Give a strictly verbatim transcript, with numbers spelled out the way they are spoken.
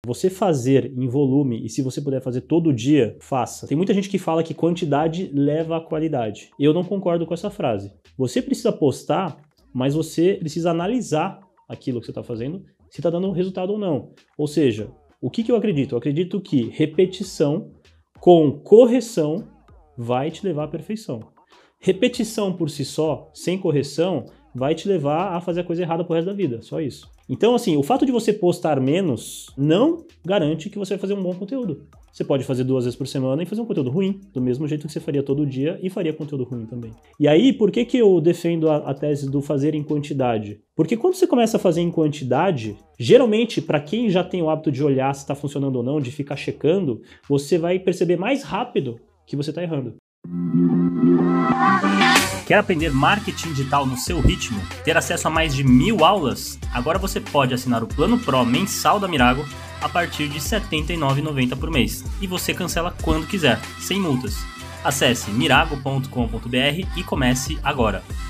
Você fazer em volume, e se você puder fazer todo dia, faça. Tem muita gente que fala que quantidade leva à qualidade. Eu não concordo com essa frase. Você precisa postar, mas você precisa analisar aquilo que você está fazendo, se está dando resultado ou não. Ou seja, o que, que eu acredito? Eu acredito que repetição com correção vai te levar à perfeição. Repetição por si só, sem correção, vai te levar a fazer a coisa errada pro resto da vida, só isso. Então, assim, o fato de você postar menos não garante que você vai fazer um bom conteúdo. Você pode fazer duas vezes por semana e fazer um conteúdo ruim, do mesmo jeito que você faria todo dia e faria conteúdo ruim também. E aí, por que que eu defendo a, a tese do fazer em quantidade? Porque quando você começa a fazer em quantidade, geralmente, para quem já tem o hábito de olhar se está funcionando ou não, de ficar checando, você vai perceber mais rápido que você está errando. Quer aprender marketing digital no seu ritmo? Ter acesso a mais de mil aulas? Agora você pode assinar o Plano Pro mensal da Mirago a partir de setenta e nove reais e noventa centavos por mês. E você cancela quando quiser, sem multas. Acesse mirago ponto com ponto b r e comece agora.